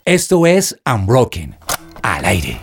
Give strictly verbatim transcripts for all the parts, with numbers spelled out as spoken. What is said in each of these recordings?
Esto es Unbroken, al aire.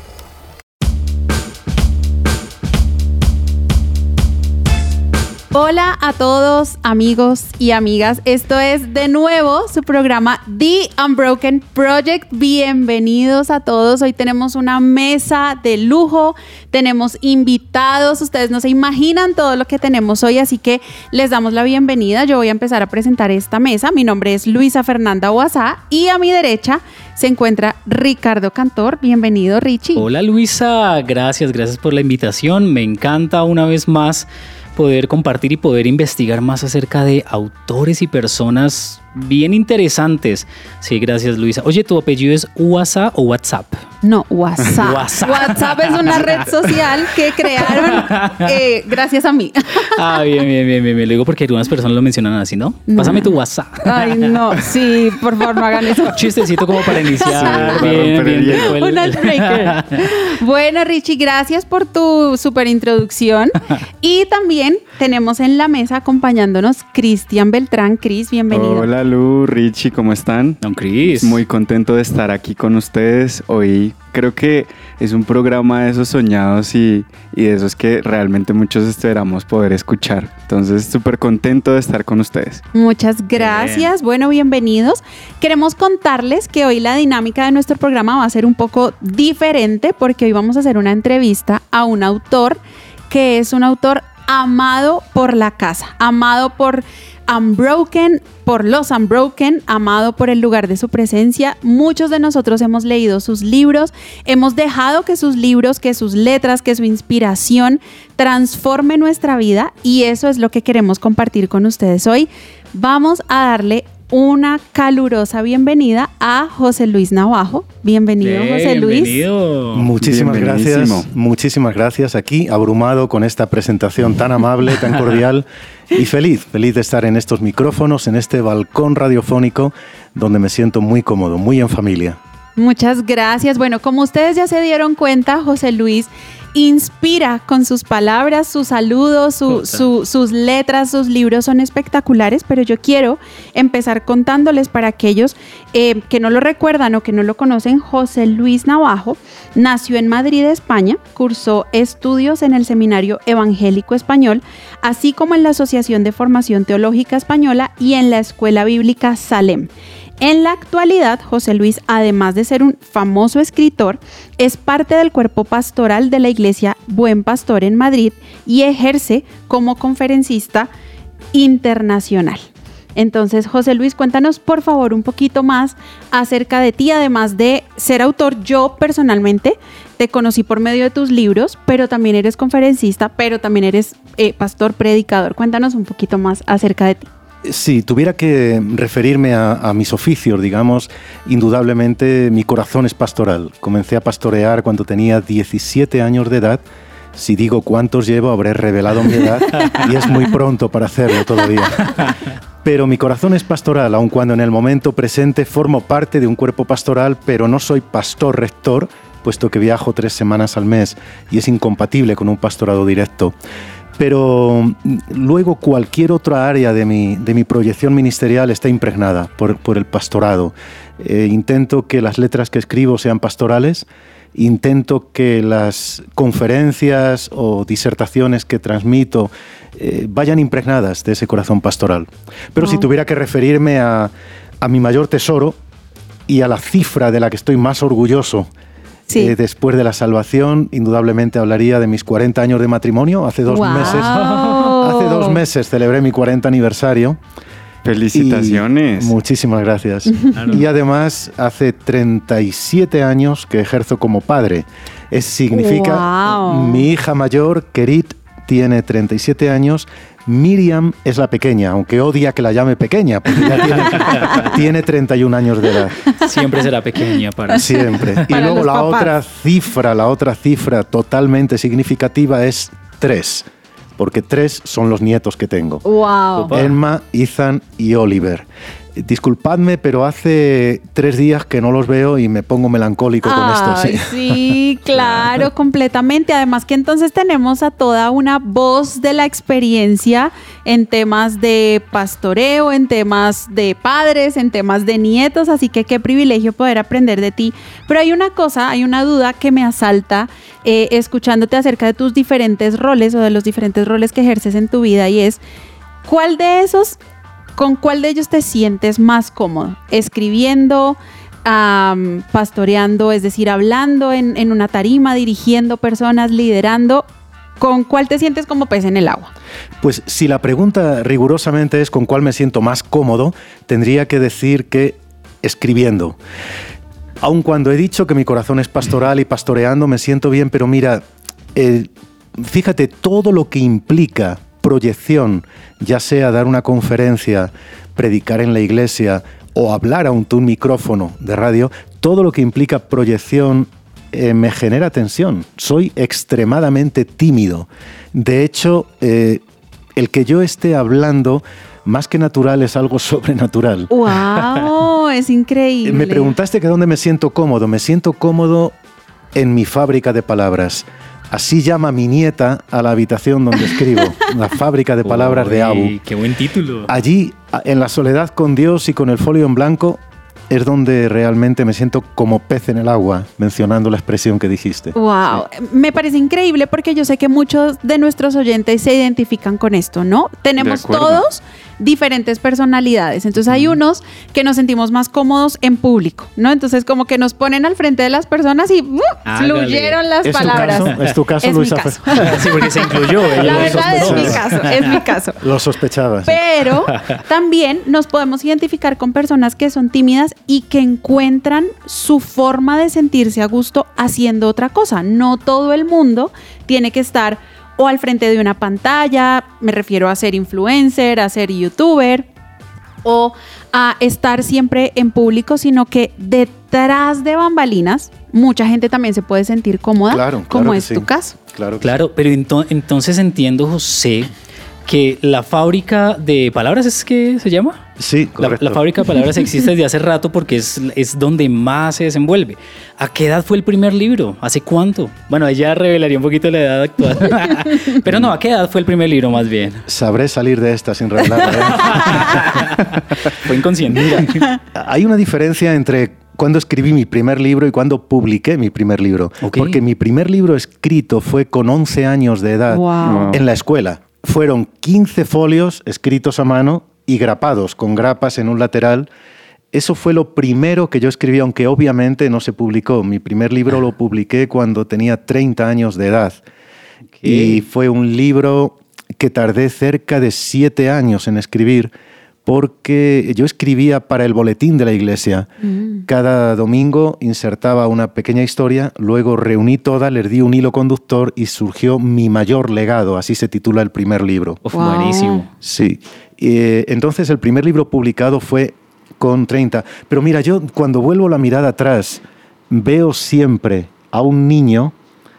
Hola a todos, amigos y amigas. Esto es de nuevo su programa The Unbroken Project. Bienvenidos a todos. Hoy tenemos una mesa de lujo, tenemos invitados. Ustedes no se imaginan todo lo que tenemos hoy, así que les damos la bienvenida. Yo voy a empezar a presentar esta mesa. Mi nombre es Luisa Fernanda Boazá y a mi derecha se encuentra Ricardo Cantor. Bienvenido, Richie. Hola, Luisa. Gracias, gracias por la invitación. Me encanta una vez más poder compartir y poder investigar más acerca de autores y personas bien interesantes. Sí, gracias, Luisa. Oye, ¿tu apellido es Uasa o WhatsApp? No, WhatsApp. WhatsApp. WhatsApp es una red social que crearon eh, gracias a mí. Ah, bien, bien, bien, bien. Lo digo porque algunas personas lo mencionan así, ¿no? No. Pásame tu WhatsApp. Ay, no. Sí, por favor, no hagan eso. Chistecito como para iniciar. Sí, bien, bien, bien. El... Un icebreaker. Bueno, Richie, gracias por tu súper introducción. Y también tenemos en la mesa acompañándonos Cristian Beltrán. Cris, bienvenido. Hola, Lu, Richie, ¿cómo están? Don Cris. Muy contento de estar aquí con ustedes hoy. Creo que es un programa de esos soñados y, y de esos que realmente muchos esperamos poder escuchar. Entonces, súper contento de estar con ustedes. Muchas gracias. Bien. Bueno, bienvenidos. Queremos contarles que hoy la dinámica de nuestro programa va a ser un poco diferente porque hoy vamos a hacer una entrevista a un autor que es un autor amado por la casa, amado por Unbroken, por los Unbroken, amado por el lugar de su presencia. Muchos de nosotros hemos leído sus libros, hemos dejado que sus libros, que sus letras, que su inspiración transforme nuestra vida y eso es lo que queremos compartir con ustedes hoy. Vamos a darle una calurosa bienvenida a José Luis Navajo. Bienvenido, Bien, José Luis. Bienvenido. Muchísimas gracias. Muchísimas gracias. Aquí abrumado con esta presentación tan amable, tan cordial y feliz, feliz de estar en estos micrófonos, en este balcón radiofónico donde me siento muy cómodo, muy en familia. Muchas gracias. Bueno, como ustedes ya se dieron cuenta, José Luis inspira con sus palabras, sus saludos, su, su, sus letras, sus libros son espectaculares, pero yo quiero empezar contándoles para aquellos eh, que no lo recuerdan o que no lo conocen. José Luis Navajo nació en Madrid, España, cursó estudios en el Seminario Evangélico Español, así como en la Asociación de Formación Teológica Española y en la Escuela Bíblica Salem. En la actualidad, José Luis, además de ser un famoso escritor, es parte del cuerpo pastoral de la Iglesia Buen Pastor en Madrid y ejerce como conferencista internacional. Entonces, José Luis, cuéntanos por favor un poquito más acerca de ti, además de ser autor. Yo personalmente te conocí por medio de tus libros, pero también eres conferencista, pero también eres eh, pastor, predicador. Cuéntanos un poquito más acerca de ti. Si tuviera que referirme a, a mis oficios, digamos, indudablemente mi corazón es pastoral. Comencé a pastorear cuando tenía diecisiete años de edad. Si digo cuántos llevo, habré revelado mi edad y es muy pronto para hacerlo todavía. Pero mi corazón es pastoral, aun cuando en el momento presente formo parte de un cuerpo pastoral, pero no soy pastor rector, puesto que viajo tres semanas al mes y es incompatible con un pastorado directo. Pero luego cualquier otra área de mi, de mi proyección ministerial está impregnada por, por el pastorado. Eh, intento que las letras que escribo sean pastorales, intento que las conferencias o disertaciones que transmito eh, vayan impregnadas de ese corazón pastoral. Pero oh. si tuviera que referirme a, a mi mayor tesoro y a la cifra de la que estoy más orgulloso, Sí. Eh, después de la salvación, indudablemente hablaría de mis cuarenta años de matrimonio. Hace dos wow. meses, hace dos meses celebré mi cuarenta aniversario. ¡Felicitaciones! Y muchísimas gracias. Claro. Y además, hace treinta y siete años que ejerzo como padre. Eso significa, wow. mi hija mayor, Kerit, tiene treinta y siete años. Miriam es la pequeña, aunque odia que la llame pequeña, porque ya tiene, tiene treinta y un años de edad. Siempre será pequeña para Siempre. Y para luego la papás. otra cifra, la otra cifra totalmente significativa es tres, porque tres son los nietos que tengo. Wow. Emma, Ethan y Oliver. disculpadme, pero hace tres días que no los veo y me pongo melancólico con esto. Ay, Sí, sí, claro, completamente. Además que entonces tenemos a toda una voz de la experiencia en temas de pastoreo, en temas de padres, en temas de nietos, así que qué privilegio poder aprender de ti. Pero hay una cosa, hay una duda que me asalta eh, escuchándote acerca de tus diferentes roles o de los diferentes roles que ejerces en tu vida, y es, ¿cuál de esos... ¿Con cuál de ellos te sientes más cómodo? ¿Escribiendo, um, pastoreando, es decir, hablando en, en una tarima, dirigiendo personas, liderando? ¿Con cuál te sientes como pez en el agua? Pues si la pregunta rigurosamente es con cuál me siento más cómodo, tendría que decir que escribiendo. Aun cuando he dicho que mi corazón es pastoral y pastoreando me siento bien, pero mira, eh, fíjate todo lo que implica proyección, ya sea dar una conferencia, predicar en la iglesia o hablar a un, un micrófono de radio, todo lo que implica proyección eh, me genera tensión. Soy extremadamente tímido. De hecho, eh, el que yo esté hablando, más que natural, es algo sobrenatural. ¡Wow! Es increíble. Me preguntaste que dónde me siento cómodo. Me siento cómodo en mi fábrica de palabras. Así llama mi nieta a la habitación donde escribo, la fábrica de palabras Uy, de Abu. ¡Qué buen título! Allí, en la soledad con Dios y con el folio en blanco, es donde realmente me siento como pez en el agua, mencionando la expresión que dijiste. Wow, sí. Me parece increíble porque yo sé que muchos de nuestros oyentes se identifican con esto, ¿no? Tenemos todos diferentes personalidades, entonces hay unos que nos sentimos más cómodos en público, ¿no? Entonces como que nos ponen al frente de las personas y ¡uh! Fluyeron las ¿Es palabras. Tu caso? ¿Es tu caso, es Luisa? Mi caso. Sí, porque se incluyó. La verdad es mi caso, es mi caso. Lo sospechabas. Pero también nos podemos identificar con personas que son tímidas y que encuentran su forma de sentirse a gusto haciendo otra cosa. No todo el mundo tiene que estar o al frente de una pantalla, me refiero a ser influencer, a ser youtuber, o a estar siempre en público, sino que detrás de bambalinas, mucha gente también se puede sentir cómoda, claro, claro como es sí. tu caso. Claro, claro, sí. pero ento- entonces entiendo, José, que la fábrica de palabras, ¿es que se llama? Sí, correcto. La, la fábrica de palabras existe desde hace rato porque es, es donde más se desenvuelve. ¿A qué edad fue el primer libro? ¿Hace cuánto? Bueno, ella revelaría un poquito la edad actual. Pero no, ¿a qué edad fue el primer libro más bien? Sabré salir de esta sin revelarla. Fue inconsciente. Mira, hay una diferencia entre cuando escribí mi primer libro y cuando publiqué mi primer libro. Okay. Porque mi primer libro escrito fue con once años de edad Wow. en la escuela. Fueron quince folios escritos a mano y grapados con grapas en un lateral. Eso fue lo primero que yo escribí, aunque obviamente no se publicó. Mi primer libro lo publiqué cuando tenía treinta años de edad. Okay. Y fue un libro que tardé cerca de siete años en escribir, porque yo escribía para el boletín de la iglesia. Mm. Cada domingo insertaba una pequeña historia, luego reuní toda, le di un hilo conductor y surgió Mi mayor legado, así se titula el primer libro. Uf, wow. Buenísimo. Sí. Eh, entonces el primer libro publicado fue con treinta. Pero mira, yo cuando vuelvo la mirada atrás, veo siempre a un niño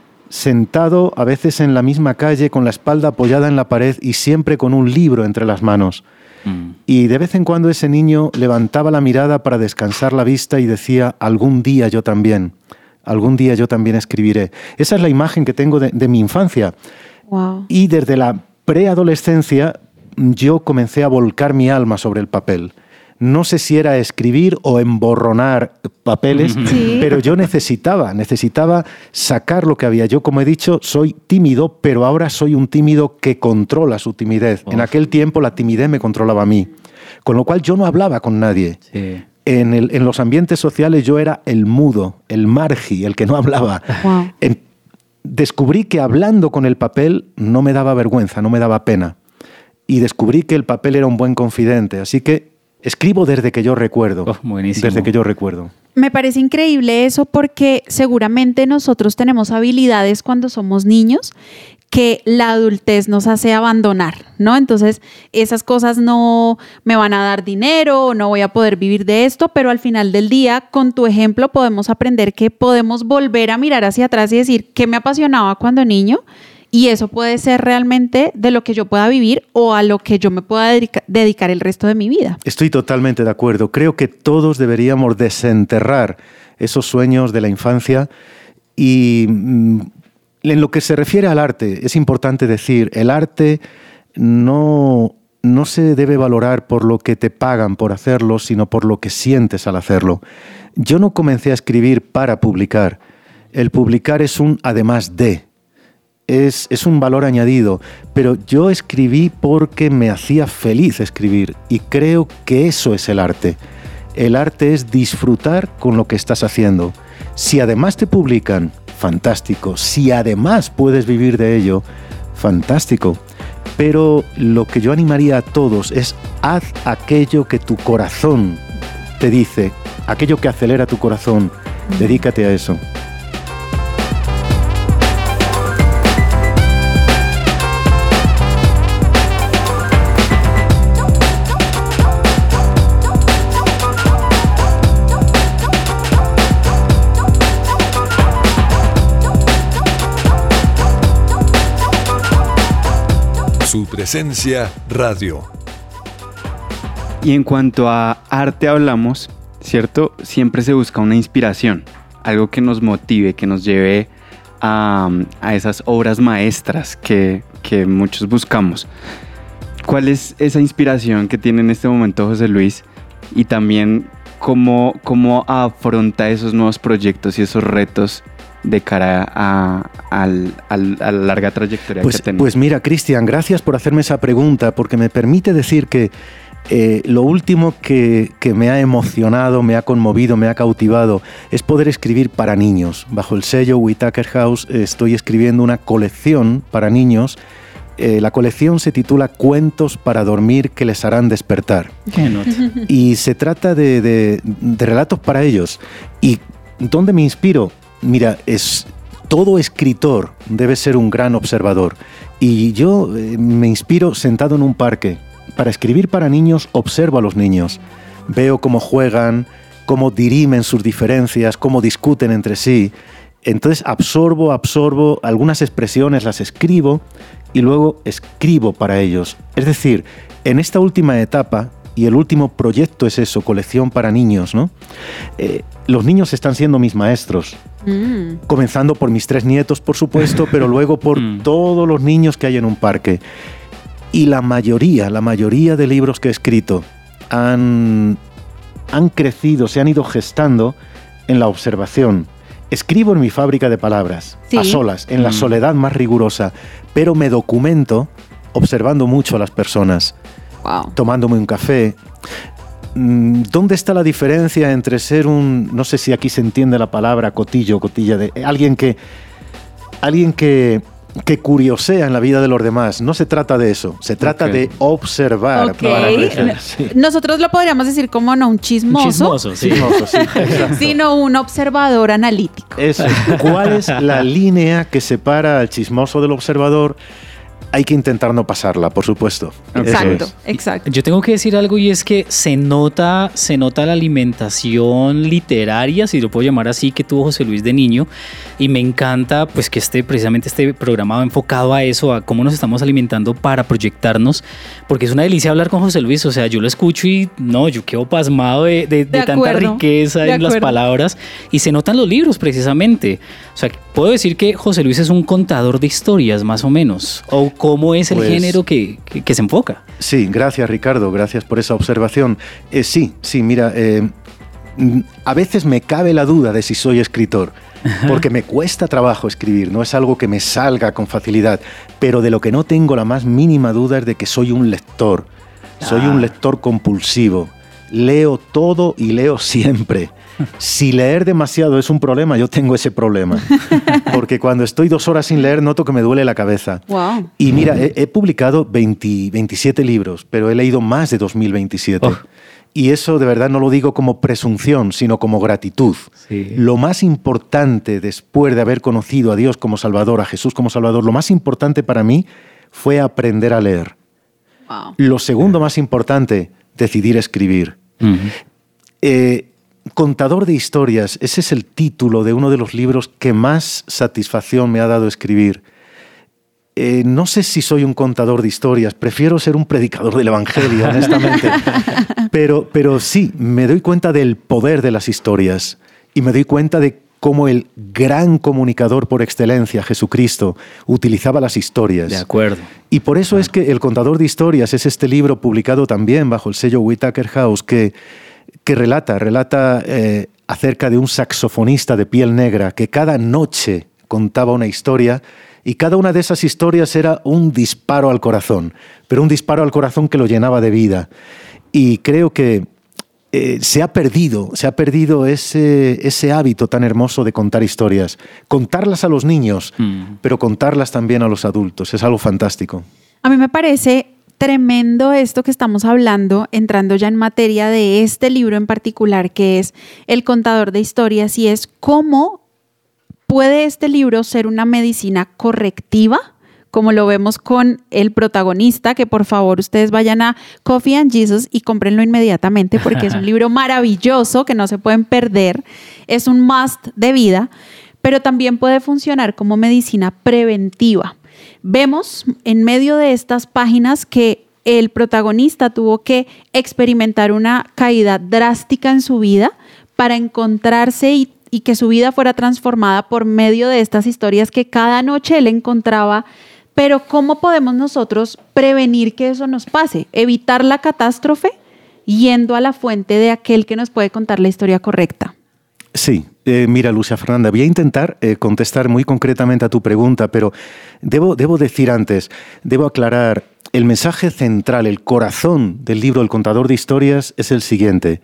sentado a veces en la misma calle, con la espalda apoyada en la pared y siempre con un libro entre las manos. Mm. Y de vez en cuando ese niño levantaba la mirada para descansar la vista y decía, algún día yo también, algún día yo también escribiré. Esa es la imagen que tengo de, de mi infancia. Wow. Y desde la preadolescencia yo comencé a volcar mi alma sobre el papel. No sé si era escribir o emborronar papeles, sí. pero yo necesitaba, necesitaba sacar lo que había. Yo, como he dicho, soy tímido, pero ahora soy un tímido que controla su timidez. Oh. En aquel tiempo la timidez me controlaba a mí, con lo cual yo no hablaba con nadie. Sí. En, el, en los ambientes sociales yo era el mudo, el margi, el que no hablaba. Wow. En, descubrí que hablando con el papel no me daba vergüenza, no me daba pena. Y descubrí que el papel era un buen confidente, así que escribo desde que yo recuerdo. Oh, buenísimo. Desde que yo recuerdo. Me parece increíble eso porque seguramente nosotros tenemos habilidades cuando somos niños que la adultez nos hace abandonar, ¿no? Entonces, esas cosas no me van a dar dinero, no voy a poder vivir de esto, pero al final del día, con tu ejemplo, podemos aprender que podemos volver a mirar hacia atrás y decir qué me apasionaba cuando niño y eso puede ser realmente de lo que yo pueda vivir o a lo que yo me pueda dedica- dedicar el resto de mi vida. Estoy totalmente de acuerdo. Creo que todos deberíamos desenterrar esos sueños de la infancia y mm, en lo que se refiere al arte, es importante decir, el arte no, no se debe valorar por lo que te pagan por hacerlo, sino por lo que sientes al hacerlo. Yo no comencé a escribir para publicar. El publicar es un además de, es, es un valor añadido, pero yo escribí porque me hacía feliz escribir y creo que eso es el arte. El arte es disfrutar con lo que estás haciendo. Si además te publican, fantástico. Si además puedes vivir de ello, fantástico. Pero lo que yo animaría a todos es haz aquello que tu corazón te dice, aquello que acelera tu corazón, dedícate a eso. Su presencia radio. Y en cuanto a arte hablamos, ¿cierto? Siempre se busca una inspiración, algo que nos motive, que nos lleve a, a esas obras maestras que, que muchos buscamos. ¿Cuál es esa inspiración que tiene en este momento José Luis? Y también cómo, cómo afronta esos nuevos proyectos y esos retos de cara a, a, a, a la larga trayectoria pues, que tenemos. Pues mira, Cristian, gracias por hacerme esa pregunta, porque me permite decir que eh, lo último que, que me ha emocionado, me ha conmovido, me ha cautivado, es poder escribir para niños. Bajo el sello Whitaker House eh, estoy escribiendo una colección para niños. Eh, la colección se titula Cuentos para dormir que les harán despertar. Qué nota. Y se trata de, de, de relatos para ellos. ¿Y dónde me inspiro? Mira, es, todo escritor debe ser un gran observador. Y yo eh, me inspiro sentado en un parque. Para escribir para niños, observo a los niños. Veo cómo juegan, cómo dirimen sus diferencias, cómo discuten entre sí. Entonces absorbo, absorbo algunas expresiones, las escribo y luego escribo para ellos. Es decir, en esta última etapa, y el último proyecto es eso, colección para niños, ¿no? Eh, los niños están siendo mis maestros. Mm. Comenzando por mis tres nietos, por supuesto, pero luego por mm. todos los niños que hay en un parque. Y la mayoría, la mayoría de libros que he escrito han, han crecido, se han ido gestando en la observación. Escribo en mi fábrica de palabras, sí. a solas, en mm. la soledad más rigurosa, pero me documento observando mucho a las personas. Wow. Tomándome un café. ¿Dónde está la diferencia entre ser un, no sé si aquí se entiende la palabra cotillo, cotilla, de alguien que, alguien que, que curiosea en la vida de los demás? No se trata de eso, se trata okay. de observar. Okay. Para sí. Nosotros lo podríamos decir como no un chismoso, un chismoso, sí. chismoso sí, sino un observador analítico. Eso. ¿Cuál es la línea que separa al chismoso del observador? Hay que intentar no pasarla, por supuesto. Exacto, exacto. Yo tengo que decir algo y es que se nota, se nota la alimentación literaria, si lo puedo llamar así, que tuvo José Luis de niño, y me encanta pues que este, precisamente este programa va enfocado a eso, a cómo nos estamos alimentando para proyectarnos, porque es una delicia hablar con José Luis. O sea, yo lo escucho y no, yo quedo pasmado de, de, de, de tanta riqueza en las palabras, y se notan los libros precisamente. O sea, puedo decir que José Luis es un contador de historias, más o menos, o cómo es el pues, género que, que, que se enfoca. Sí, gracias Ricardo, gracias por esa observación. Eh, sí, sí, mira, eh, a veces me cabe la duda de si soy escritor, porque me cuesta trabajo escribir, no es algo que me salga con facilidad, pero de lo que no tengo la más mínima duda es de que soy un lector, soy ah. un lector compulsivo, leo todo y leo siempre. Si leer demasiado es un problema, yo tengo ese problema. Porque cuando estoy dos horas sin leer, noto que me duele la cabeza. Wow. Y mira, he, he publicado veinte, veintisiete libros, pero he leído más de dos mil veintisiete. Oh. Y eso de verdad no lo digo como presunción, sino como gratitud. Sí. Lo más importante después de haber conocido a Dios como Salvador, a Jesús como Salvador, lo más importante para mí fue aprender a leer. Wow. Lo segundo más importante, decidir escribir. Uh-huh. Eh, Contador de historias, ese es el título de uno de los libros que más satisfacción me ha dado escribir. eh, no sé si soy un contador de historias, prefiero ser un predicador del Evangelio, honestamente. Pero, pero sí, me doy cuenta del poder de las historias y me doy cuenta de cómo el gran comunicador por excelencia, Jesucristo, utilizaba las historias. De acuerdo. Y por eso es que El contador de historias es este libro publicado también bajo el sello Whitaker House que, que relata, relata eh, acerca de un saxofonista de piel negra que cada noche contaba una historia y cada una de esas historias era un disparo al corazón, pero un disparo al corazón que lo llenaba de vida. Y creo que Eh, se ha perdido, se ha perdido ese, ese hábito tan hermoso de contar historias. Contarlas a los niños, mm. pero contarlas también a los adultos. Es algo fantástico. A mí me parece tremendo esto que estamos hablando, entrando ya en materia de este libro en particular, que es El contador de historias, y es cómo puede este libro ser una medicina correctiva, como lo vemos con el protagonista, que por favor ustedes vayan a Coffee and Jesus y cómprenlo inmediatamente porque es un libro maravilloso que no se pueden perder, es un must de vida, pero también puede funcionar como medicina preventiva. Vemos en medio de estas páginas que el protagonista tuvo que experimentar una caída drástica en su vida para encontrarse y, y que su vida fuera transformada por medio de estas historias que cada noche él encontraba. Pero ¿cómo podemos nosotros prevenir que eso nos pase? Evitar la catástrofe yendo a la fuente de aquel que nos puede contar la historia correcta. Sí, eh, mira, Lucia Fernanda, voy a intentar eh, contestar muy concretamente a tu pregunta, pero debo, debo decir antes, debo aclarar, el mensaje central, el corazón del libro El contador de historias es el siguiente: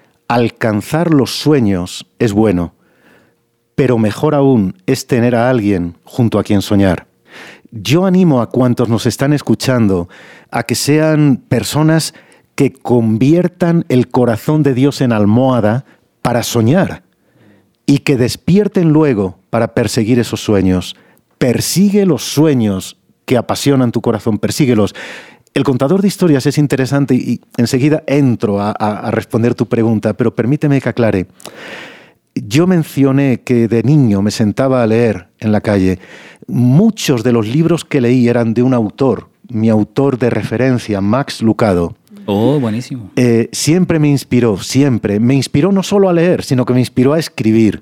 alcanzar los sueños es bueno, pero mejor aún es tener a alguien junto a quien soñar. Yo animo a cuantos nos están escuchando a que sean personas que conviertan el corazón de Dios en almohada para soñar y que despierten luego para perseguir esos sueños. Persigue los sueños que apasionan tu corazón, persíguelos. El contador de historias es interesante y enseguida entro a, a, a responder tu pregunta, pero permíteme que aclare. Yo mencioné que de niño me sentaba a leer en la calle. Muchos de los libros que leí eran de un autor, mi autor de referencia, Max Lucado. Oh, buenísimo. Eh, siempre me inspiró, siempre. Me inspiró no solo a leer, sino que me inspiró a escribir.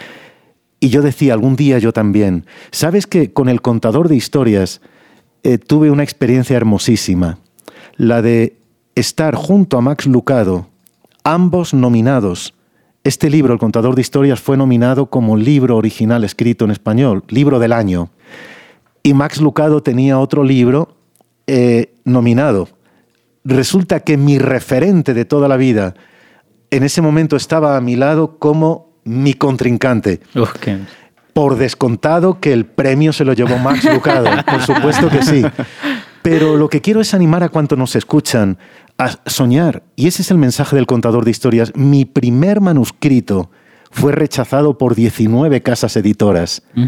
Y yo decía, algún día yo también. ¿Sabes que con El contador de historias eh, tuve una experiencia hermosísima? La de estar junto a Max Lucado, ambos nominados. Este libro, El contador de historias, fue nominado como libro original escrito en español, libro del año. Y Max Lucado tenía otro libro eh, nominado. Resulta que mi referente de toda la vida en ese momento estaba a mi lado como mi contrincante. Okay. Por descontado que el premio se lo llevó Max Lucado, por supuesto que sí. Pero lo que quiero es animar a cuantos nos escuchan a soñar. Y ese es el mensaje del contador de historias. Mi primer manuscrito fue rechazado por diecinueve casas editoras. ¿Mm?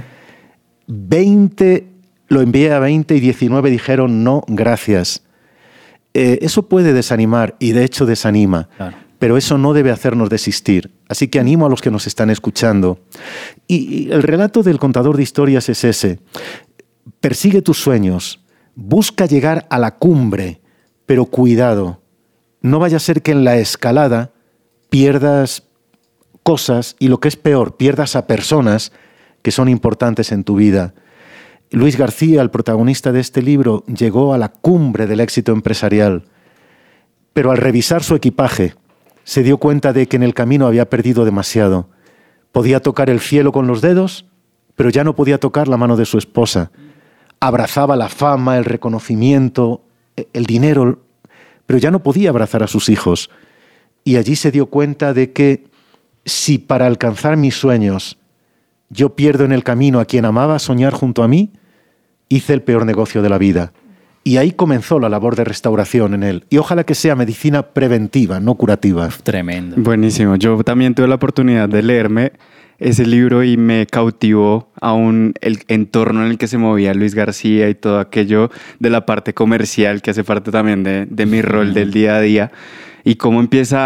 veinte, lo envié a veinte y diecinueve dijeron no, gracias. Eh, eso puede desanimar y de hecho desanima. Claro. Pero eso no debe hacernos desistir. Así que animo a los que nos están escuchando. Y, y el relato del contador de historias es ese. Persigue tus sueños. Busca llegar a la cumbre, pero cuidado, no vaya a ser que en la escalada pierdas cosas y, lo que es peor, pierdas a personas que son importantes en tu vida. Luis García, el protagonista de este libro, llegó a la cumbre del éxito empresarial, pero al revisar su equipaje se dio cuenta de que en el camino había perdido demasiado. Podía tocar el cielo con los dedos, pero ya no podía tocar la mano de su esposa. Abrazaba la fama, el reconocimiento, el dinero, pero ya no podía abrazar a sus hijos. Y allí se dio cuenta de que si para alcanzar mis sueños yo pierdo en el camino a quien amaba soñar junto a mí, hice el peor negocio de la vida. Y ahí comenzó la labor de restauración en él. Y ojalá que sea medicina preventiva, no curativa. Tremendo. Buenísimo. Yo también tuve la oportunidad de leerme ese libro y me cautivó aún el entorno en el que se movía Luis García y todo aquello de la parte comercial que hace parte también de, de mi rol del día a día y cómo empieza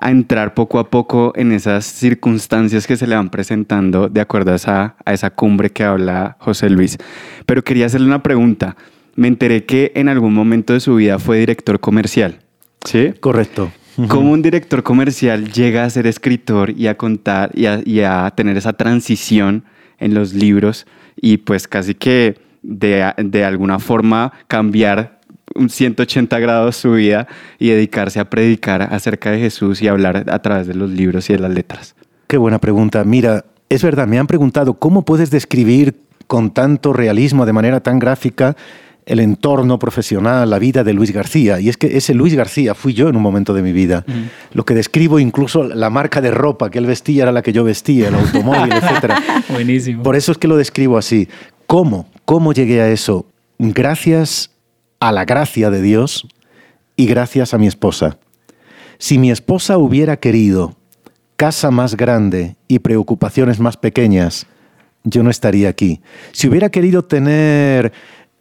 a entrar poco a poco en esas circunstancias que se le van presentando de acuerdo a esa, a esa cumbre que habla José Luis. Pero quería hacerle una pregunta. Me enteré que en algún momento de su vida fue director comercial, ¿sí? Correcto. ¿Cómo un director comercial llega a ser escritor y a contar y a, y a tener esa transición en los libros y pues casi que de, de alguna forma cambiar un ciento ochenta grados su vida y dedicarse a predicar acerca de Jesús y hablar a través de los libros y de las letras? Qué buena pregunta. Mira, es verdad, me han preguntado cómo puedes describir con tanto realismo, de manera tan gráfica, el entorno profesional, la vida de Luis García. Y es que ese Luis García fui yo en un momento de mi vida. Mm. Lo que describo, incluso la marca de ropa que él vestía era la que yo vestía, el automóvil, etcétera. Buenísimo. Por eso es que lo describo así. ¿Cómo? ¿Cómo llegué a eso? Gracias a la gracia de Dios y gracias a mi esposa. Si mi esposa hubiera querido casa más grande y preocupaciones más pequeñas, yo no estaría aquí. Si hubiera querido tener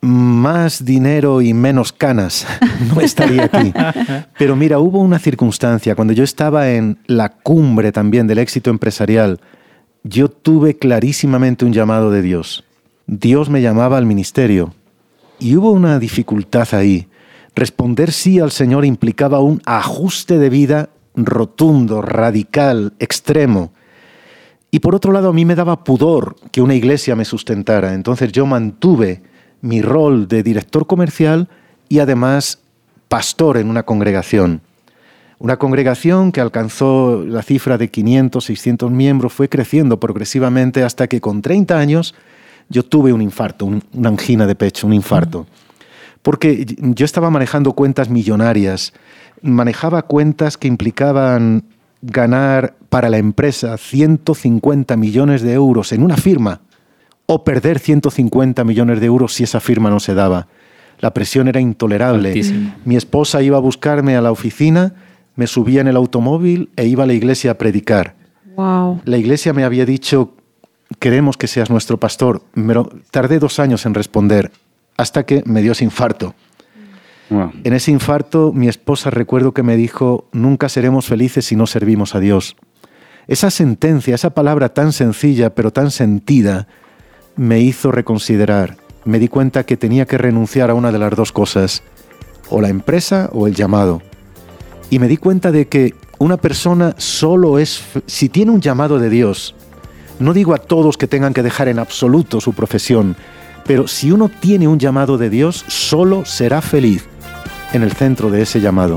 más dinero y menos canas, no estaría aquí. Pero mira, hubo una circunstancia, cuando yo estaba en la cumbre también del éxito empresarial, yo tuve clarísimamente un llamado de Dios. Dios me llamaba al ministerio. Y hubo una dificultad ahí. Responder sí al Señor implicaba un ajuste de vida rotundo, radical, extremo. Y por otro lado, a mí me daba pudor que una iglesia me sustentara. Entonces yo mantuve mi rol de director comercial y además pastor en una congregación. Una congregación que alcanzó la cifra de quinientos, seiscientos miembros, fue creciendo progresivamente hasta que con treinta años yo tuve un infarto, un, una angina de pecho, un infarto. Porque yo estaba manejando cuentas millonarias, manejaba cuentas que implicaban ganar para la empresa ciento cincuenta millones de euros en una firma o perder ciento cincuenta millones de euros si esa firma no se daba. La presión era intolerable. Altísimo. Mi esposa iba a buscarme a la oficina, me subía en el automóvil e iba a la iglesia a predicar. Wow. La iglesia me había dicho: queremos que seas nuestro pastor. Me lo, tardé dos años en responder, hasta que me dio ese infarto. Wow. En ese infarto, mi esposa recuerdo que me dijo: nunca seremos felices si no servimos a Dios. Esa sentencia, esa palabra tan sencilla pero tan sentida, me hizo reconsiderar. Me di cuenta que tenía que renunciar a una de las dos cosas, o la empresa o el llamado. Y me di cuenta de que una persona solo es, si tiene un llamado de Dios, no digo a todos que tengan que dejar en absoluto su profesión, pero si uno tiene un llamado de Dios, solo será feliz en el centro de ese llamado.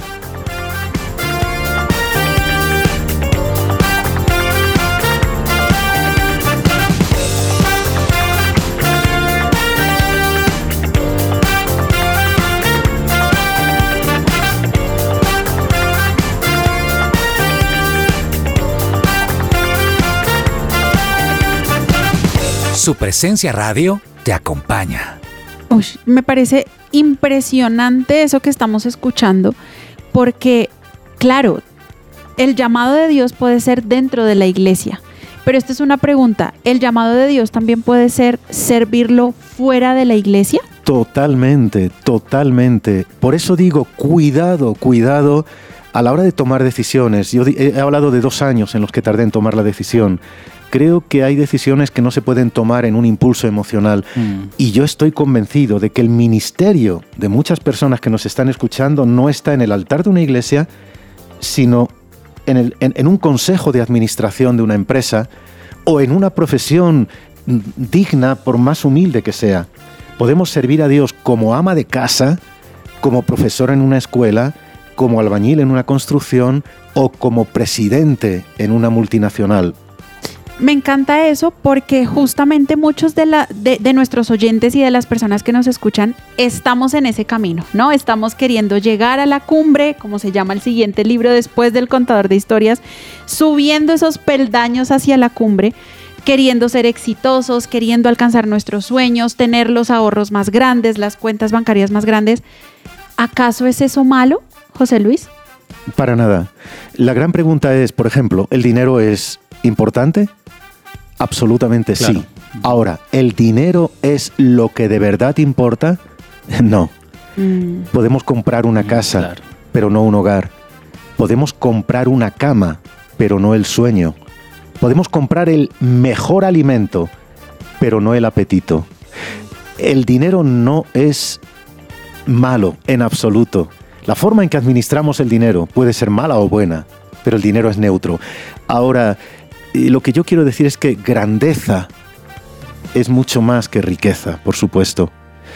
Su presencia radio te acompaña. Uy, me parece impresionante eso que estamos escuchando, porque, claro, el llamado de Dios puede ser dentro de la iglesia, pero esta es una pregunta: ¿el llamado de Dios también puede ser servirlo fuera de la iglesia? Totalmente, totalmente. Por eso digo, cuidado, cuidado a la hora de tomar decisiones. Yo he hablado de dos años en los que tardé en tomar la decisión. Creo que hay decisiones que no se pueden tomar en un impulso emocional. Mm. Y yo estoy convencido de que el ministerio de muchas personas que nos están escuchando no está en el altar de una iglesia, sino en, el, en, en un consejo de administración de una empresa o en una profesión digna, por más humilde que sea. Podemos servir a Dios como ama de casa, como profesor en una escuela, como albañil en una construcción o como presidente en una multinacional. Me encanta eso porque justamente muchos de, la, de, de nuestros oyentes y de las personas que nos escuchan estamos en ese camino, ¿no? Estamos queriendo llegar a la cumbre, como se llama el siguiente libro después del Contador de Historias, subiendo esos peldaños hacia la cumbre, queriendo ser exitosos, queriendo alcanzar nuestros sueños, tener los ahorros más grandes, las cuentas bancarias más grandes. ¿Acaso es eso malo, José Luis? Para nada. La gran pregunta es, por ejemplo, ¿el dinero es importante? Absolutamente claro. Sí. Ahora, ¿el dinero es lo que de verdad importa? No. Mm. Podemos comprar una casa, claro, pero no un hogar. Podemos comprar una cama, pero no el sueño. Podemos comprar el mejor alimento, pero no el apetito. El dinero no es malo en absoluto. La forma en que administramos el dinero puede ser mala o buena, pero el dinero es neutro. Ahora, lo que yo quiero decir es que grandeza es mucho más que riqueza, por supuesto.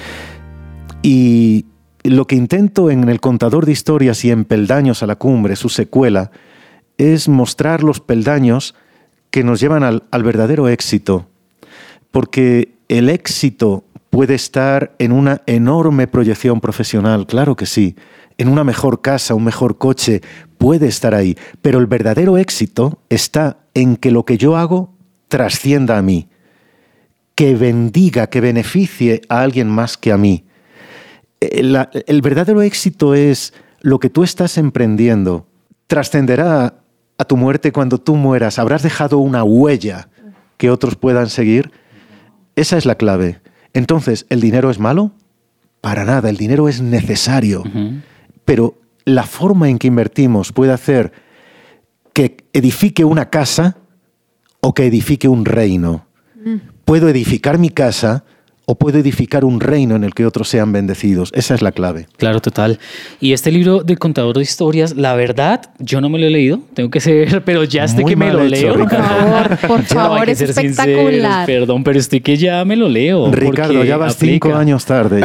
Y lo que intento en El contador de historias y en Peldaños a la cumbre, su secuela, es mostrar los peldaños que nos llevan al, al verdadero éxito. Porque el éxito puede estar en una enorme proyección profesional, claro que sí. En una mejor casa, un mejor coche, puede estar ahí. Pero el verdadero éxito está en que lo que yo hago trascienda a mí. Que bendiga, que beneficie a alguien más que a mí. El, el verdadero éxito es lo que tú estás emprendiendo. Trascenderá a tu muerte cuando tú mueras. Habrás dejado una huella que otros puedan seguir. Esa es la clave. Entonces, ¿el dinero es malo? Para nada, el dinero es necesario. Uh-huh. Pero la forma en que invertimos puede hacer que edifique una casa o que edifique un reino. Uh. Puedo edificar mi casa o puedo edificar un reino en el que otros sean bendecidos. Esa es la clave. Claro, total. Y este libro del contador de historias, la verdad, yo no me lo he leído, tengo que ser, pero ya estoy que me lo hecho, leo. Por favor, por favor, no, es espectacular. Sinceros, perdón, pero estoy que ya me lo leo. Ricardo, ya vas aplica. cinco años tarde.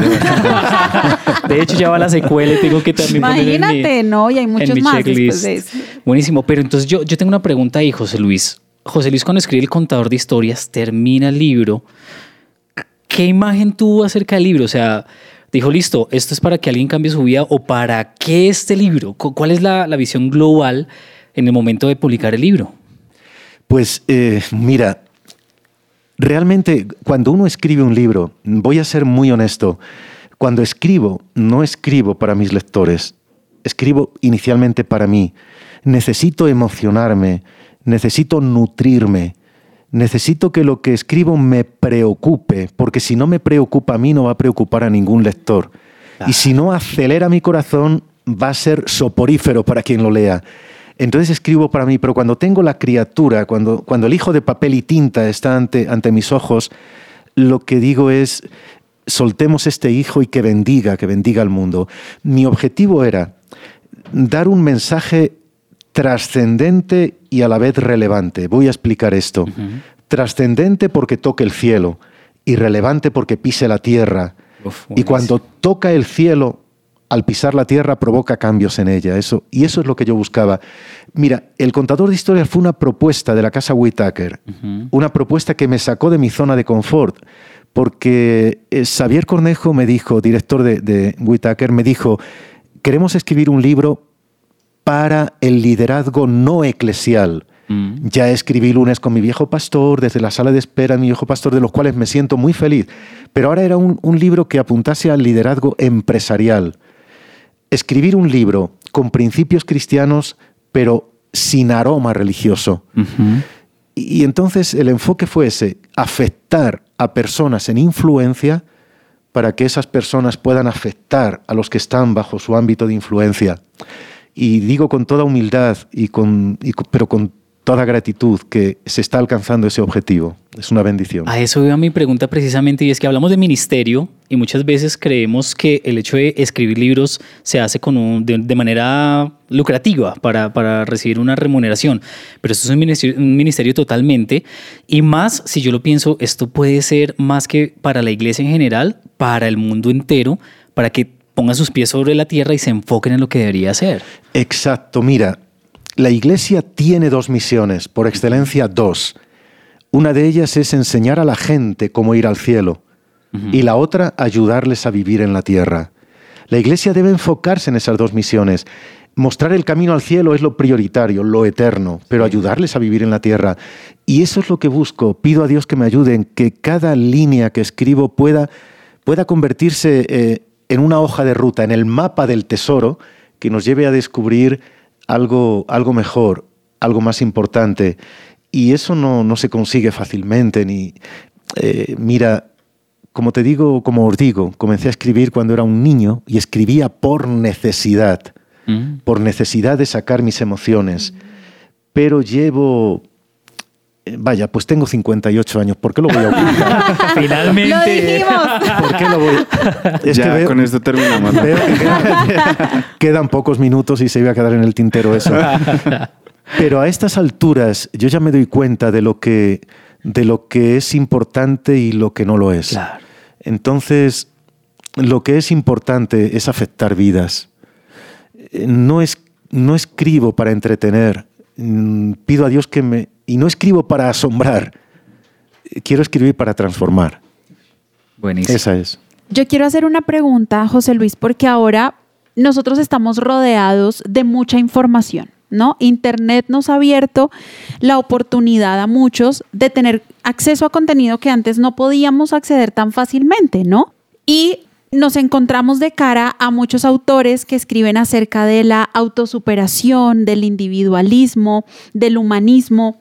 De hecho, ya va la secuela y tengo que también Imagínate, poner en mi, no, y hay muchos más checklist. Después de eso. Buenísimo, pero entonces yo, yo tengo una pregunta ahí, José Luis. José Luis, cuando escribe El contador de historias, termina el libro. ¿Qué imagen tuvo acerca del libro? O sea, dijo, listo, esto es para que alguien cambie su vida, o ¿para qué este libro? ¿Cuál es la, la visión global en el momento de publicar el libro? Pues eh, mira, realmente cuando uno escribe un libro, voy a ser muy honesto, cuando escribo, no escribo para mis lectores, escribo inicialmente para mí. Necesito emocionarme, necesito nutrirme. Necesito que lo que escribo me preocupe, porque si no me preocupa a mí, no va a preocupar a ningún lector. Ah. Y si no acelera mi corazón, va a ser soporífero para quien lo lea. Entonces escribo para mí, pero cuando tengo la criatura, cuando, cuando el hijo de papel y tinta está ante, ante mis ojos, lo que digo es, soltemos este hijo y que bendiga, que bendiga al mundo. Mi objetivo era dar un mensaje trascendente y a la vez relevante. Voy a explicar esto. Uh-huh. Trascendente porque toque el cielo y relevante porque pise la tierra. Uf, y cuando toca el cielo, al pisar la tierra, provoca cambios en ella. Eso, y eso es lo que yo buscaba. Mira, El contador de historias fue una propuesta de la Casa Whitaker. Uh-huh. Una propuesta que me sacó de mi zona de confort. Porque eh, Xavier Cornejo me dijo, director de, de Whitaker, me dijo, queremos escribir un libro para el liderazgo no eclesial. Mm. Ya escribí Lunes con mi viejo pastor, desde la sala de espera, mi viejo pastor, de los cuales me siento muy feliz. Pero ahora era un, un libro que apuntase al liderazgo empresarial. Escribir un libro con principios cristianos, pero sin aroma religioso. Uh-huh. Y, y entonces el enfoque fue ese, afectar a personas en influencia para que esas personas puedan afectar a los que están bajo su ámbito de influencia. Y digo con toda humildad, y con, y, pero con toda gratitud, que se está alcanzando ese objetivo. Es una bendición. A eso iba mi pregunta precisamente, y es que hablamos de ministerio y muchas veces creemos que el hecho de escribir libros se hace con un, de, de manera lucrativa para, para recibir una remuneración. Pero esto es un ministerio, un ministerio totalmente, y más, si yo lo pienso, esto puede ser más que para la iglesia en general, para el mundo entero, para que pongan sus pies sobre la tierra y se enfoquen en lo que debería hacer. Exacto, mira, la iglesia tiene dos misiones, por excelencia dos. Una de ellas es enseñar a la gente cómo ir al cielo, uh-huh. y la otra, ayudarles a vivir en la tierra. La iglesia debe enfocarse en esas dos misiones. Mostrar el camino al cielo es lo prioritario, lo eterno, pero ayudarles a vivir en la tierra. Y eso es lo que busco. Pido a Dios que me ayude en que cada línea que escribo pueda, pueda convertirse eh, en una hoja de ruta, en el mapa del tesoro que nos lleve a descubrir algo, algo mejor, algo más importante. Y eso no, no se consigue fácilmente. Ni, eh, mira, como te digo, como os digo, comencé a escribir cuando era un niño y escribía por necesidad. mm. por necesidad de sacar mis emociones. Pero llevo... Vaya, pues tengo cincuenta y ocho años. ¿Por qué lo voy a ocultar? Finalmente. ¡Lo dijimos! ¿Por qué lo voy a... Es ya, que veo, con esto terminamos. veo que quedan, quedan pocos minutos y se iba a quedar en el tintero eso. Pero a estas alturas yo ya me doy cuenta de lo que, de lo que es importante y lo que no lo es. Claro. Entonces, lo que es importante es afectar vidas. No, es, no escribo para entretener. Pido a Dios que me... Y no escribo para asombrar. Quiero escribir para transformar. Buenísimo. Esa es. Yo quiero hacer una pregunta, José Luis, porque ahora nosotros estamos rodeados de mucha información, ¿no? Internet nos ha abierto la oportunidad a muchos de tener acceso a contenido que antes no podíamos acceder tan fácilmente, ¿no? Y nos encontramos de cara a muchos autores que escriben acerca de la autosuperación, del individualismo, del humanismo.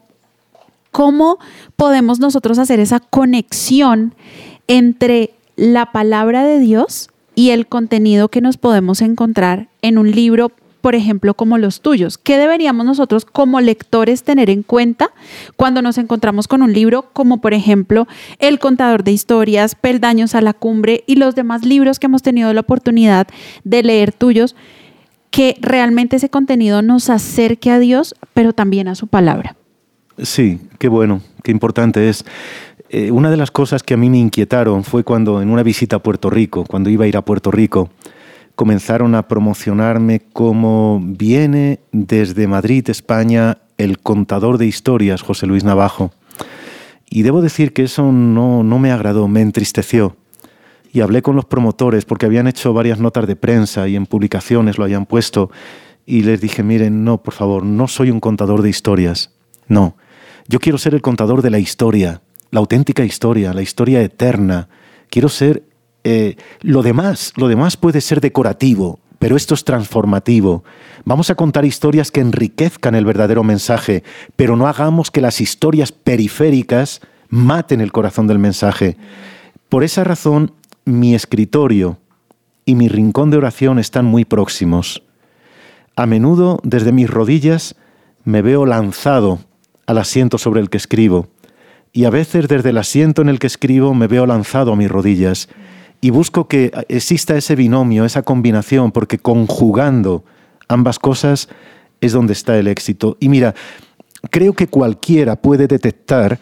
¿Cómo podemos nosotros hacer esa conexión entre la palabra de Dios y el contenido que nos podemos encontrar en un libro, por ejemplo, como los tuyos? ¿Qué deberíamos nosotros como lectores tener en cuenta cuando nos encontramos con un libro como, por ejemplo, El contador de historias, Peldaños a la cumbre y los demás libros que hemos tenido la oportunidad de leer tuyos, que realmente ese contenido nos acerque a Dios, pero también a su palabra? Sí, qué bueno, qué importante es. Eh, una de las cosas que a mí me inquietaron fue cuando en una visita a Puerto Rico, cuando iba a ir a Puerto Rico, comenzaron a promocionarme como viene desde Madrid, España, el contador de historias, José Luis Navajo. Y debo decir que eso no, no me agradó, me entristeció. Y hablé con los promotores porque habían hecho varias notas de prensa y en publicaciones lo habían puesto. Y les dije, miren, no, por favor, no soy un contador de historias. No, yo quiero ser el contador de la historia, la auténtica historia, la historia eterna. Quiero ser... Eh, lo demás, lo demás puede ser decorativo, pero esto es transformativo. Vamos a contar historias que enriquezcan el verdadero mensaje, pero no hagamos que las historias periféricas maten el corazón del mensaje. Por esa razón, mi escritorio y mi rincón de oración están muy próximos. A menudo, desde mis rodillas, me veo lanzado al asiento sobre el que escribo, y a veces desde el asiento en el que escribo me veo lanzado a mis rodillas. Y busco que exista ese binomio, esa combinación, porque conjugando ambas cosas es donde está el éxito. Y mira, creo que cualquiera puede detectar,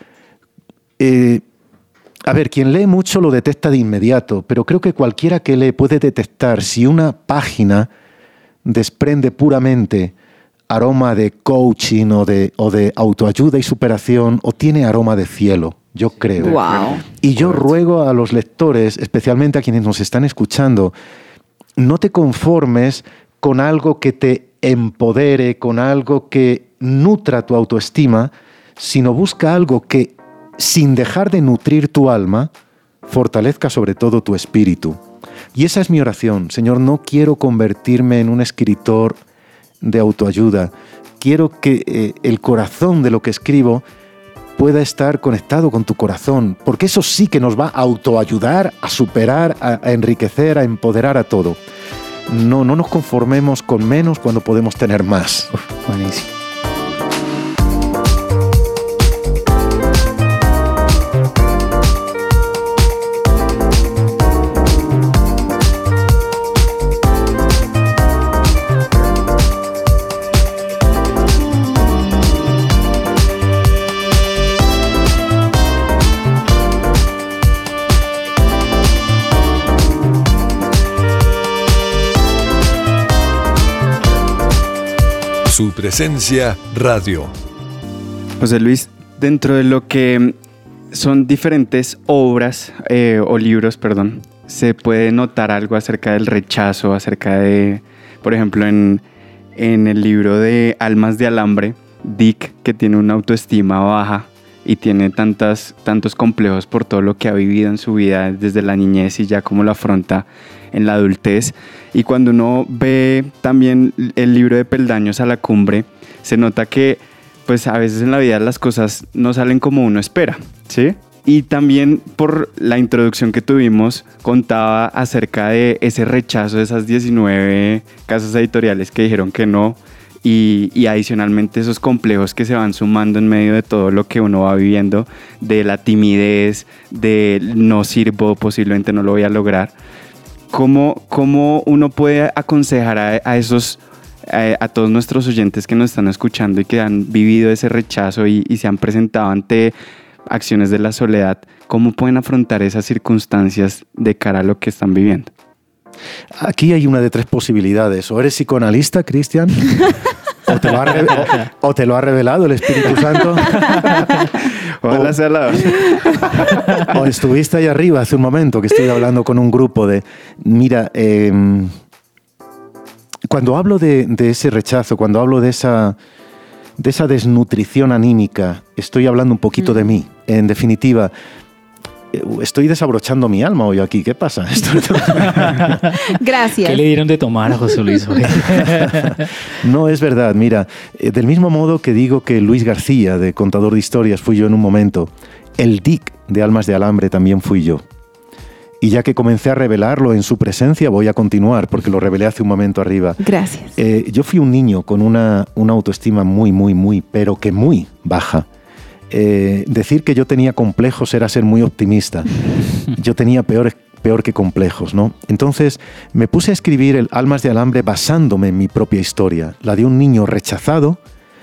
eh, a ver, quien lee mucho lo detecta de inmediato, pero creo que cualquiera que lee puede detectar si una página desprende puramente aroma de coaching o de, o de autoayuda y superación o tiene aroma de cielo. Yo creo. Wow. Y yo ruego a los lectores, especialmente a quienes nos están escuchando, no te conformes con algo que te empodere, con algo que nutra tu autoestima, sino busca algo que, sin dejar de nutrir tu alma, fortalezca sobre todo tu espíritu. Y esa es mi oración. Señor, no quiero convertirme en un escritor de autoayuda. Quiero que eh, el corazón de lo que escribo pueda estar conectado con tu corazón, porque eso sí que nos va a autoayudar, a superar, a, a enriquecer, a empoderar a todo. No, no nos conformemos con menos cuando podemos tener más. Uf, buenísimo. Su presencia radio. José Luis, dentro de lo que son diferentes obras eh, o libros, perdón, se puede notar algo acerca del rechazo, acerca de, por ejemplo, en, en el libro de Almas de Alambre, Dick, que tiene una autoestima baja y tiene tantas, tantos complejos por todo lo que ha vivido en su vida desde la niñez y ya cómo lo afronta en la adultez. Y cuando uno ve también el libro de Peldaños a la cumbre, se nota que pues a veces en la vida las cosas no salen como uno espera, ¿sí? Y también por la introducción que tuvimos, contaba acerca de ese rechazo de esas diecinueve casas editoriales que dijeron que no, y, y adicionalmente esos complejos que se van sumando en medio de todo lo que uno va viviendo, de la timidez, de no sirvo, posiblemente no lo voy a lograr. ¿Cómo, cómo uno puede aconsejar a, a esos, a, a todos nuestros oyentes que nos están escuchando y que han vivido ese rechazo y, y se han presentado ante acciones de la soledad, cómo pueden afrontar esas circunstancias de cara a lo que están viviendo? Aquí hay una de tres posibilidades. O eres psicoanalista, Cristian, o, te lo ha re- o, o te lo ha revelado el Espíritu Santo, Ojalá sea la o estuviste ahí arriba hace un momento que estoy hablando con un grupo de... Mira, eh, cuando hablo de, de ese rechazo, cuando hablo de esa... de esa desnutrición anímica, estoy hablando un poquito mm. de mí. En definitiva, estoy desabrochando mi alma hoy aquí. ¿Qué pasa? Gracias. ¿Qué le dieron de tomar a José Luis hoy? No, es verdad. Mira, del mismo modo que digo que Luis García, de Contador de Historias, fui yo en un momento, el Dick de Almas de Alambre también fui yo. Y ya que comencé a revelarlo en su presencia, voy a continuar, porque lo revelé hace un momento arriba. Gracias. Eh, yo fui un niño con una, una autoestima muy, muy, muy, pero que muy baja. Eh, decir que yo tenía complejos era ser muy optimista. Yo tenía peor, peor que complejos, ¿no? Entonces me puse a escribir el Almas de Alambre basándome en mi propia historia, la de un niño rechazado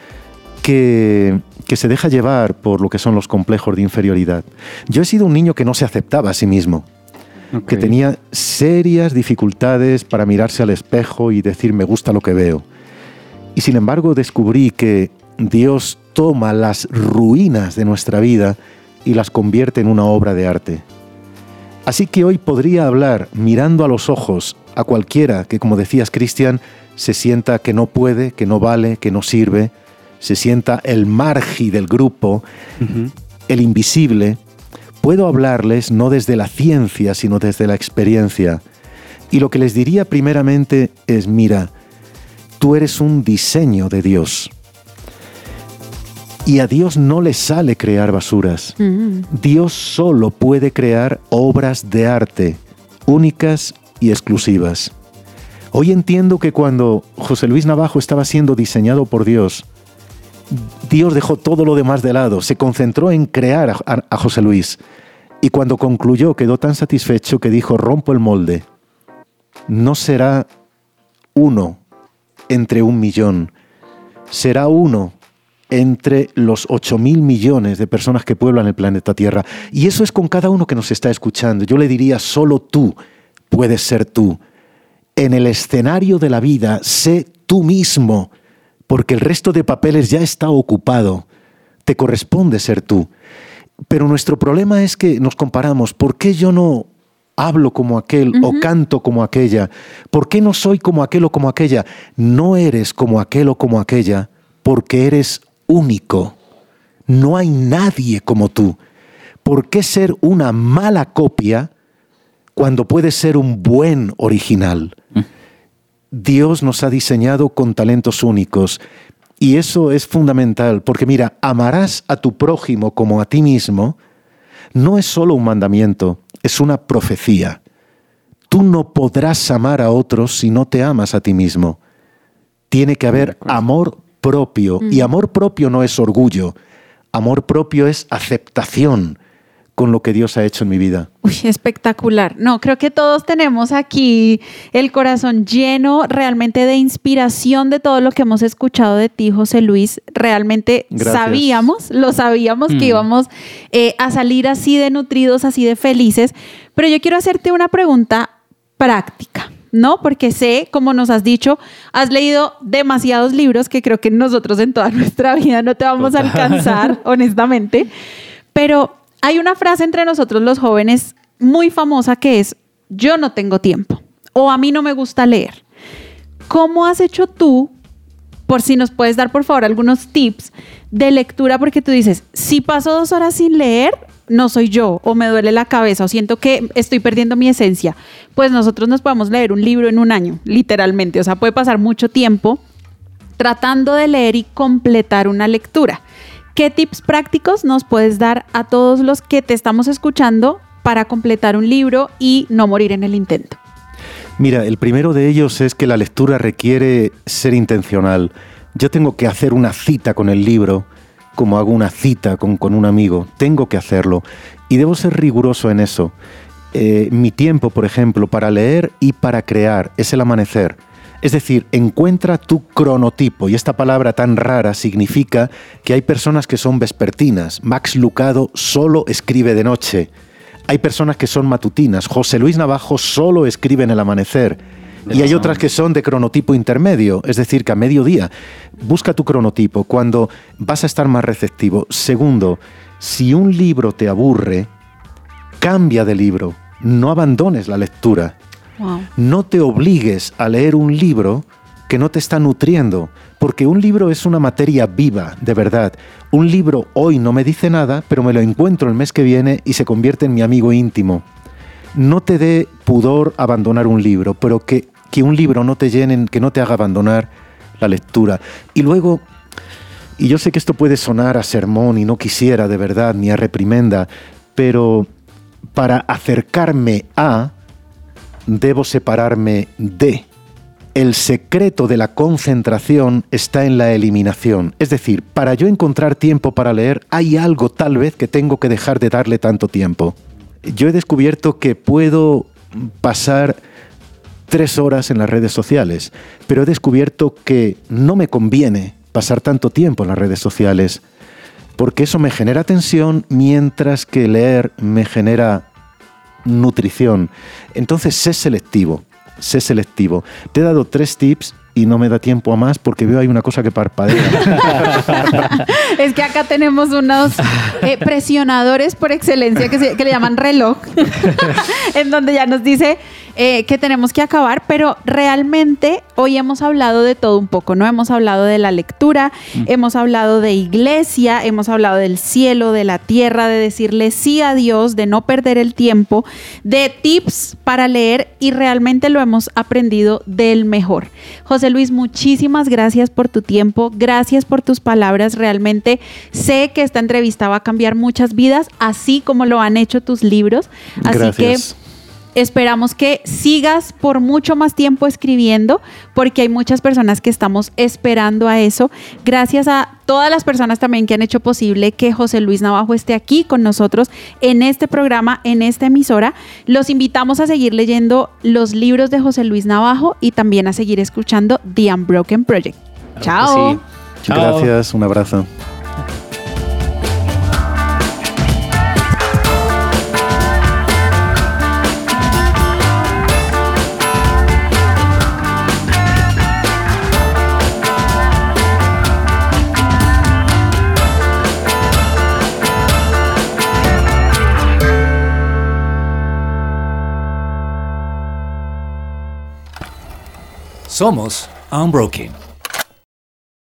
que... que se deja llevar por lo que son los complejos de inferioridad. Yo he sido un niño que no se aceptaba a sí mismo. Okay. Que tenía serias dificultades para mirarse al espejo y decir me gusta lo que veo. Y sin embargo descubrí que Dios toma las ruinas de nuestra vida y las convierte en una obra de arte. Así que hoy podría hablar mirando a los ojos a cualquiera que, como decías, Cristian, se sienta que no puede, que no vale, que no sirve, se sienta el margi del grupo, uh-huh. el invisible. Puedo hablarles no desde la ciencia, sino desde la experiencia. Y lo que les diría primeramente es, mira, tú eres un diseño de Dios. Y a Dios no le sale crear basuras. Mm. Dios solo puede crear obras de arte, únicas y exclusivas. Hoy entiendo que cuando José Luis Navajo estaba siendo diseñado por Dios, Dios dejó todo lo demás de lado, se concentró en crear a, a, a José Luis. Y cuando concluyó, quedó tan satisfecho que dijo, rompo el molde. No será uno entre un millón, será uno entre los ocho mil millones de personas que pueblan el planeta Tierra. Y eso es con cada uno que nos está escuchando. Yo le diría, solo tú puedes ser tú. En el escenario de la vida, sé tú mismo, porque el resto de papeles ya está ocupado. Te corresponde ser tú. Pero nuestro problema es que nos comparamos. ¿Por qué yo no hablo como aquel uh-huh. o canto como aquella? ¿Por qué no soy como aquel o como aquella? No eres como aquel o como aquella porque eres único. No hay nadie como tú. ¿Por qué ser una mala copia cuando puedes ser un buen original? Uh-huh. Dios nos ha diseñado con talentos únicos. Y eso es fundamental, porque mira, amarás a tu prójimo como a ti mismo, no es solo un mandamiento, es una profecía. Tú no podrás amar a otros si no te amas a ti mismo. Tiene que haber amor propio, mm. y amor propio no es orgullo, amor propio es aceptación con lo que Dios ha hecho en mi vida. Uy, espectacular. No, creo que todos tenemos aquí el corazón lleno realmente de inspiración de todo lo que hemos escuchado de ti, José Luis. Realmente Gracias. sabíamos, lo sabíamos mm. que íbamos eh, a salir así de nutridos, así de felices. Pero yo quiero hacerte una pregunta práctica, ¿no? Porque sé, como nos has dicho, has leído demasiados libros que creo que nosotros en toda nuestra vida no te vamos a alcanzar, honestamente. Pero hay una frase entre nosotros los jóvenes muy famosa que es, yo no tengo tiempo o a mí no me gusta leer. ¿Cómo has hecho tú, por si nos puedes dar por favor algunos tips de lectura? Porque tú dices, si paso dos horas sin leer, no soy yo, o me duele la cabeza, o siento que estoy perdiendo mi esencia. Pues nosotros nos podemos leer un libro en un año, literalmente. O sea, puede pasar mucho tiempo tratando de leer y completar una lectura. ¿qué tips prácticos nos puedes dar a todos los que te estamos escuchando para completar un libro y no morir en el intento? Mira, el primero de ellos es que la lectura requiere ser intencional. Yo tengo que hacer una cita con el libro, como hago una cita con, con un amigo. Tengo que hacerlo y debo ser riguroso en eso. Eh, mi tiempo, por ejemplo, para leer y para crear es el amanecer. Es decir, encuentra tu cronotipo, y esta palabra tan rara significa que hay personas que son vespertinas. Max Lucado solo escribe de noche. Hay personas que son matutinas. José Luis Navajo solo escribe en el amanecer. Y hay otras que son de cronotipo intermedio, es decir, que a mediodía. Busca tu cronotipo cuando vas a estar más receptivo. Segundo, si un libro te aburre, cambia de libro. No abandones la lectura. Wow. No te obligues a leer un libro que no te está nutriendo, porque un libro es una materia viva, de verdad. Un libro hoy no me dice nada, pero me lo encuentro el mes que viene y se convierte en mi amigo íntimo. No te dé pudor abandonar un libro, pero que, que un libro no te llene, que no te haga abandonar la lectura. Y luego, y yo sé que esto puede sonar a sermón y no quisiera de verdad, ni a reprimenda, pero para acercarme a, debo separarme de. El secreto de la concentración está en la eliminación. Es decir, para yo encontrar tiempo para leer, hay algo tal vez que tengo que dejar de darle tanto tiempo. Yo he descubierto que puedo pasar tres horas en las redes sociales, pero he descubierto que no me conviene pasar tanto tiempo en las redes sociales, porque eso me genera tensión, mientras que leer me genera nutrición. Entonces, sé selectivo. Sé selectivo. Te he dado tres tips y no me da tiempo a más porque veo ahí una cosa que parpadea. Es que acá tenemos unos eh, presionadores por excelencia que, se, que le llaman reloj, en donde ya nos dice eh, que tenemos que acabar, pero realmente hoy hemos hablado de todo un poco, ¿no? Hemos hablado de la lectura, mm. hemos hablado de iglesia, hemos hablado del cielo, de la tierra, de decirle sí a Dios, de no perder el tiempo, de tips para leer, y realmente lo hemos aprendido del mejor. José Luis, muchísimas gracias por tu tiempo, gracias por tus palabras. Realmente sé que esta entrevista va a cambiar muchas vidas, así como lo han hecho tus libros. Así Gracias. que esperamos que sigas por mucho más tiempo escribiendo, porque hay muchas personas que estamos esperando a eso. Gracias a todas las personas también que han hecho posible que José Luis Navajo esté aquí con nosotros en este programa, en esta emisora. Los invitamos a seguir leyendo los libros de José Luis Navajo y también a seguir escuchando The Unbroken Project. Claro Chao. que sí. Chao. Gracias, un abrazo. Somos Unbroken.